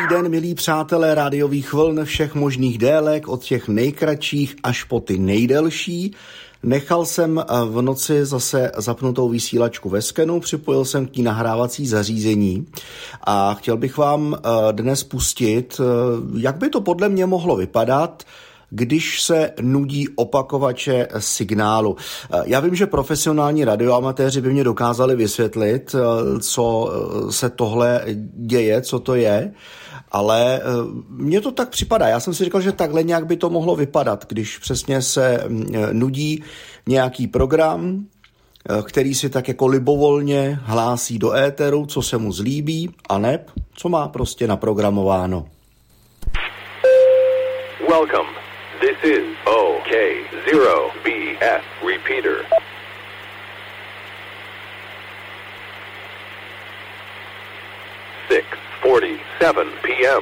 den, milí přátelé rádiových vln všech možných délek, od těch nejkratších až po ty nejdelší. Nechal jsem v noci zase zapnutou vysílačku ve skenu, připojil jsem k ní nahrávací zařízení a chtěl bych vám dnes pustit, jak by to podle mě mohlo vypadat, když se nudí opakovače signálu. Já vím, že profesionální radioamatéři by mě dokázali vysvětlit, co se tohle děje, co to je, ale mně to tak připadá. Já jsem si říkal, že takhle nějak by to mohlo vypadat, když přesně se nudí nějaký program, který si tak jako libovolně hlásí do éteru, co se mu zlíbí, aneb co má prostě naprogramováno. Welcome. This is OK0BF repeater. (6:47 p.m.)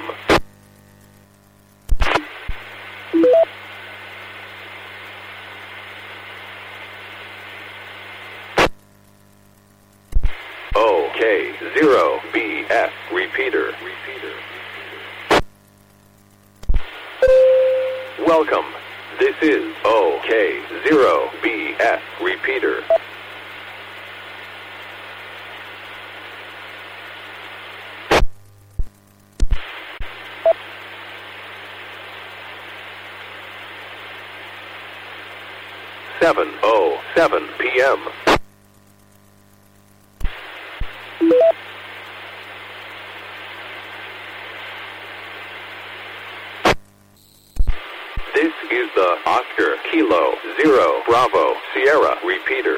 OK0BF repeater. Welcome. This is OK0BF repeater. (7:07 p.m.) This is the Oscar Kilo 0 Bravo Sierra repeater.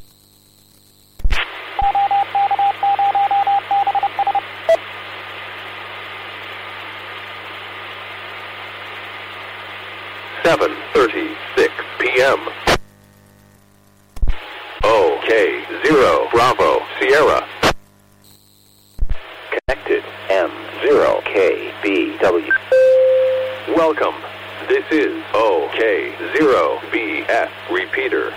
(7:36 p.m.) OK0 Bravo Sierra. Connected M0KBW. Welcome. This is OK0BF repeater.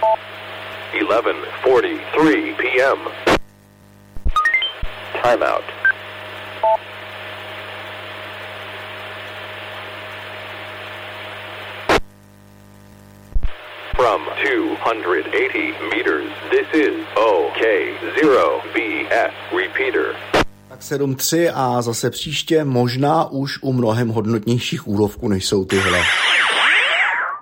11:43 p.m. Timeout. From 280 meters, this is OK0BF repeater. Tak 7.3 a zase příště možná už u mnohem hodnotnějších úlovků, než jsou tyhle.